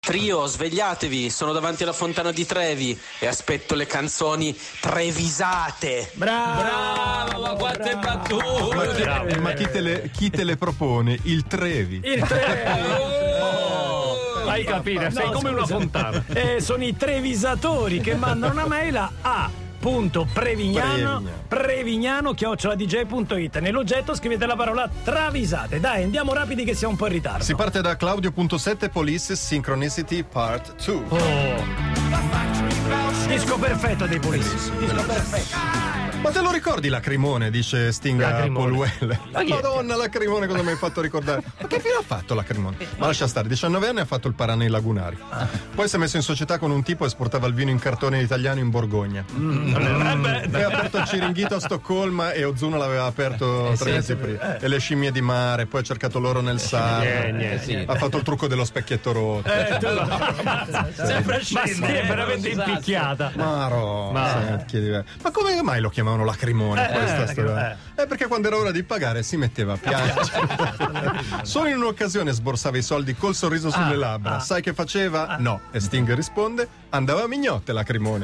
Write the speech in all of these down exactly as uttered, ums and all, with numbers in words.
Trio, svegliatevi, sono davanti alla Fontana di Trevi e aspetto le canzoni trevisate. Bravo, bravo, ma quante battute! Ma, ma chi, te le, chi te le propone? Il Trevi. Il Trevi. Oh, Hai capito? Sei no, come scusa. una fontana. Eh, sono i trevisatori che mandano una mail a a punto prevignano prevignano chiocciola d j punto it. Nell'oggetto scrivete la parola travisate. Dai, andiamo rapidi che siamo un po' in ritardo. Si parte da Claudio punto sette Police Synchronicity Part due. Oh. Disco perfetto dei Police. Disco perfetto. Ma te lo ricordi Lacrimone? Dice Sting a Paul Well. Madonna, Lacrimone, cosa mi hai fatto ricordare? Ma che fine ha fatto Lacrimone? Ma lascia stare, diciannove anni ha fatto il parà nei lagunari. Poi si è messo in società con un tipo e esportava il vino in cartone italiano in Borgogna. Mm. Poi ha aperto il Ciringhito a Stoccolma e Ozuno l'aveva aperto eh, tre sì, mesi prima. E le scimmie di mare, poi ha cercato l'oro nel Sahara. Eh, niente, sì. Ha fatto il trucco dello specchietto rotto. Eh, tu... Sempre Ma scende, sì, è eh, veramente non si sa. impicchiata. Ma no, Ma- senti, chiedi- ma come mai lo chiamavano Lacrimone? Eh, questa eh, storia? Eh, perché quando era ora di pagare si metteva a piangere. Solo in un'occasione sborsava i soldi col sorriso sulle Ah, labbra. ah. Sai che faceva? No. E Sting risponde: andava a mignotte Lacrimone.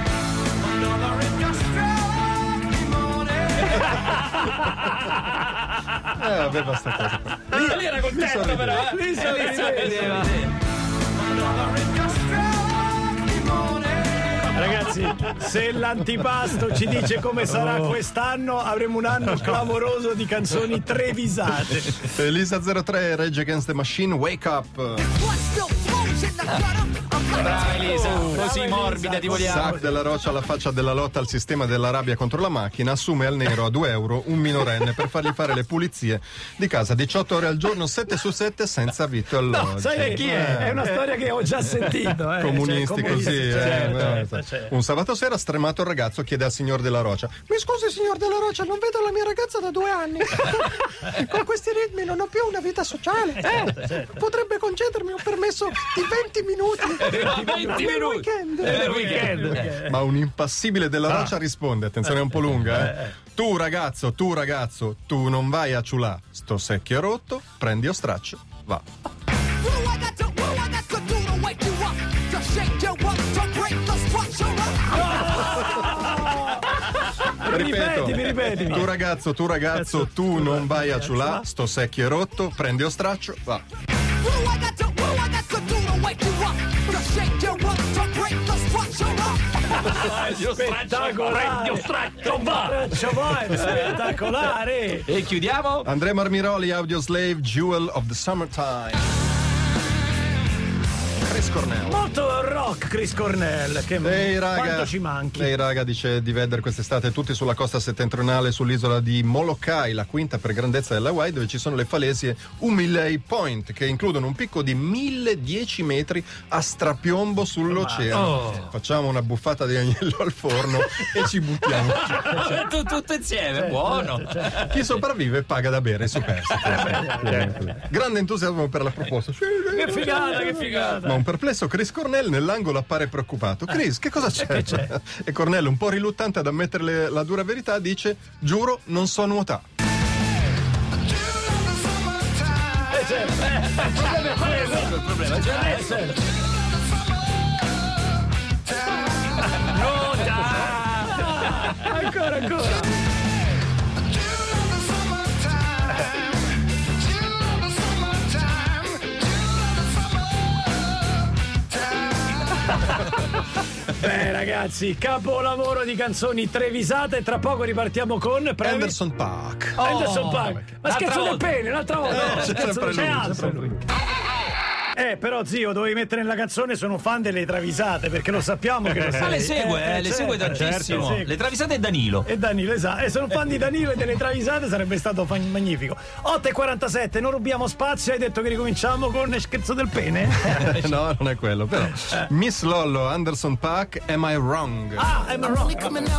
Eh, aveva sta cosa. Lì, lì era contento sorrideva. però, eh. Lì Eh, sorrideva. sorrideva. Ragazzi, se l'antipasto ci dice come sarà quest'anno, avremo un anno clamoroso di canzoni trevisate. Elisa zero tre, Rage Against the Machine, Wake Up. Brava Elisa, Oh, così brava morbida Elisa, ti vogliamo. Sac della Roccia alla faccia della lotta al sistema della rabbia contro la macchina assume al nero a due euro un minorenne per fargli fare le pulizie di casa diciotto ore al giorno, sette su sette senza vitto e alloggio. Sai chi è? È una storia che ho già sentito. Eh. Comunisti Cioè, così, comunisti, eh, certo, eh, certo, certo. Un sabato sera stremato il ragazzo chiede al signor della Roccia: mi scusi signor della Roccia, non vedo la mia ragazza da due anni. Con questi ritmi non ho più una vita sociale. Eh, potrebbe concedermi un permesso di venti minuti venti nel minuti. weekend. Eh, weekend. Ma un impassibile della Roccia risponde, attenzione è un po' lunga, eh. Tu ragazzo, tu ragazzo, tu non vai a ciulà, sto secchio è rotto, prendi o straccio, va. Ripeto, Ripetimi, ripetimi. tu ragazzo, tu ragazzo, tu non vai a ciulà, sto secchio è rotto, prendi o straccio, va. Spettacolare. Straccio va, è spettacolare. E chiudiamo? Andrea Marmiroli, Audioslave, Jewel of the Summertime. Chris Cornell. Molto rock Chris Cornell. Che Ehi raga, quanto ci manchi. Ehi raga, dice di Vedder quest'estate tutti sulla costa settentrionale sull'isola di Molokai, la quinta per grandezza dell'Hawaii, dove ci sono le falesie Umilei Point, che includono un picco di mille dieci metri a strapiombo sull'oceano. Oh. Facciamo una buffata di agnello al forno e ci buttiamo. Tu- Tutto insieme, buono. Chi sopravvive paga da bere ai superstiti. Grande entusiasmo per la proposta. Che figata, che figata. Ma un perplesso Chris Cornell nell'angolo appare preoccupato. Chris, che cosa c'è? che c'è? E Cornell, un po' riluttante ad ammettere le- la dura verità, dice: giuro, non so nuotare. Eh, certo, eh, il problema è quello. Il problema è già Eh, certo. No, dai. Ancora, ancora. Beh ragazzi, capolavoro di canzoni trevisate. Tra poco ripartiamo con Previ- Anderson Paak. Anderson Paak. Ma L'altra scherzo del volta. pene, un'altra volta. Eh, c'è Scherzo- sempre c'è lui, altro. sempre lui. Eh, però zio, dovevi mettere nella canzone sono fan delle travisate, perché lo sappiamo che lo Ma sai. le segue, Eh, eh, le certo, segue tantissimo. certo, segue. Le travisate è Danilo. E Danilo, esatto. E sono fan di Danilo e delle travisate, sarebbe stato fa- magnifico. otto e quarantasette, non rubiamo spazio. Hai detto che ricominciamo con scherzo del pene? No, non è quello, però. Miss Lollo, Anderson Paak, Am I Wrong? Ah, I'm wrong.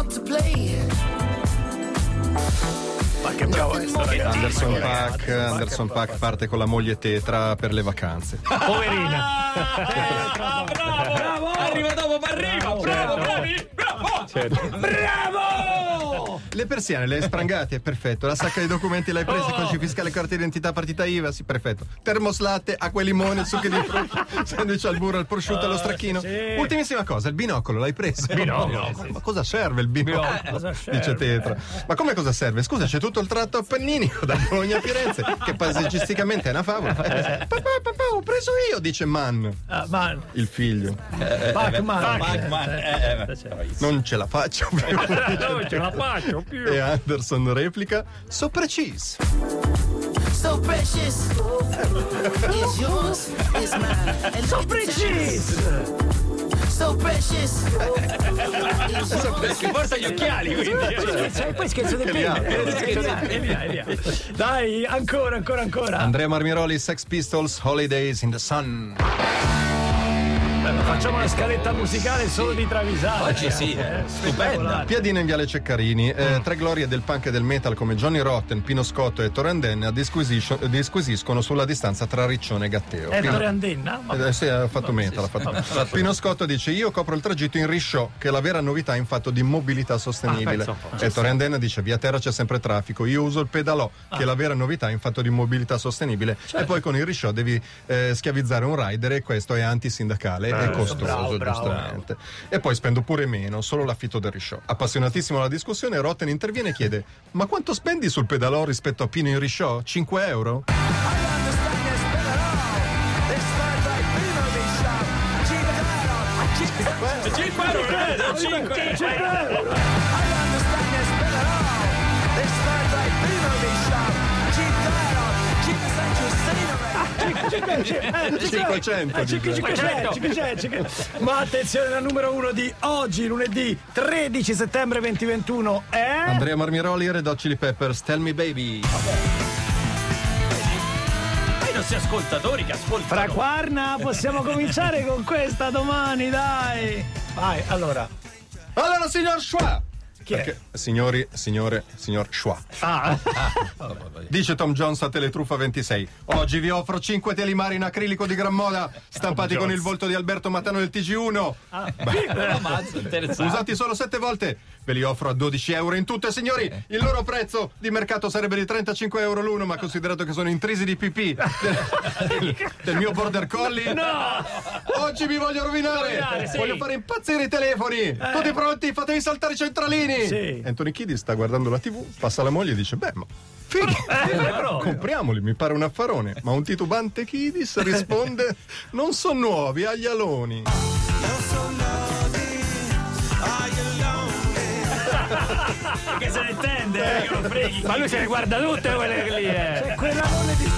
Ma che bravo è sto ragazzo. Anderson Paak, Anderson Paak parte con la moglie tetra per le vacanze. Poverina. Ah, bravo, bravo. Arriva dopo, ma arriva. Bravo, bravi. Bravo. Bravo! le persiane le hai sprangate, è perfetto. La sacca dei documenti l'hai presa, Oh. codice fiscale, carta d'identità, partita I V A, sì, perfetto. Termoslatte, acqua e limone, succhi di frutta, sandwich al burro, al prosciutto, allo stracchino. sì. Ultimissima cosa, il binocolo l'hai preso. Binocolo, Ma, ma cosa serve il binocolo? Eh, cosa serve? Dice Tetra. Ma come cosa serve? Scusa, c'è tutto il tratto appenninico da Bologna a Firenze, che paesaggisticamente è una favola. Eh, papà, papà, ho preso io, dice Mann, Ah, ma il figlio. Pac-Man. Pac-Man, eh, eh, Non ce la faccio più. Non ce la faccio più. E Anderson replica: so precise. So precious. It's yours, it's mine. And So look at the preciso. time. So precious. It's yours. Si porta gli occhiali, quindi. Cioè, poi scherzo del Che li ha? film. E via, e via, e via. Dai, ancora, ancora, ancora. Andrea Marmiroli, Sex Pistols, Holidays in the Sun. Beh, ma facciamo una scaletta musicale solo di travisate. Oggi sì, eh. stupenda. Piadina in Viale Ceccarini, eh, tre glorie del punk e del metal come Johnny Rotten, Pino Scotto e Ettore Andenna disquisisce- disquisiscono sulla distanza tra Riccione e Gatteo. Ettore Pino- Andenna? Ma- Eh, sì, ha fatto metal. Ha fatto. Pino Scotto dice: io copro il tragitto in risciò, che è la vera novità in fatto di mobilità sostenibile. Ah, penso un po'. Ettore Andenna dice: via terra c'è sempre traffico, io uso il pedalò, che è la vera novità in fatto di mobilità sostenibile. E poi con il risciò devi eh, schiavizzare un rider, e questo è antisindacale e costoso, bravo, bravo, giustamente. E poi spendo pure meno, solo l'affitto del risciò. Appassionatissimo alla discussione, Rotten interviene e chiede: ma quanto spendi sul pedalò rispetto a Pino in risciò? cinque euro? cinque euro, cinque cinquecento. dice. Ma attenzione, la numero uno di oggi, lunedì tredici settembre duemilaventuno è Andrea Marmiroli, Red Hot Chili Peppers, Tell Me Baby. I nostri ascoltatori che ascoltano. Fraquarna. Possiamo cominciare con questa domani, dai. Vai, allora. Allora, signor Schwa! Chi è? Perché, signori, signore, signor Schwa. Ah, Dice Tom Jones a Teletruffa ventisei: oggi vi offro cinque telimari in acrilico di gran moda, stampati con il volto di Alberto Matano del T G uno. Però mazzo, interessante. Usati solo sette volte. Ve li offro a dodici euro in tutte, signori. Il loro prezzo di mercato sarebbe di trentacinque euro l'uno, ma considerato che sono intrisi di pipì del, del mio border collie, no! oggi vi voglio rovinare. Rovinare, sì. Voglio fare impazzire i telefoni. Tutti pronti? Fatevi saltare i centralini. Sì. Anthony Kiddis sta guardando la tivù, passa la moglie e dice: beh, ma fighi, proprio. compriamoli, mi pare un affarone. Ma un titubante Kiddis risponde: non sono nuovi, agli aloni. Che se ne intende, eh, che non freghi. Ma lui se le guarda tutte quelle lì, eh. C'è quell'alone di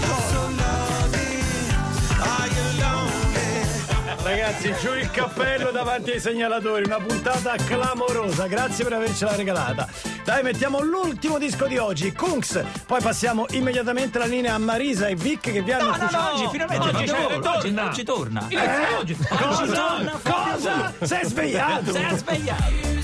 Ragazzi, giù il cappello davanti ai segnalatori, una puntata clamorosa, grazie per avercela regalata. Dai, mettiamo l'ultimo disco di oggi, Kunks, poi passiamo immediatamente la linea a Marisa e Vic che vi hanno No, no, no, oggi finalmente oggi, oggi, c'è- oggi, oggi torna. Eh? Oggi, oggi Cosa? torna. Cosa? Sei svegliato? Si è svegliato.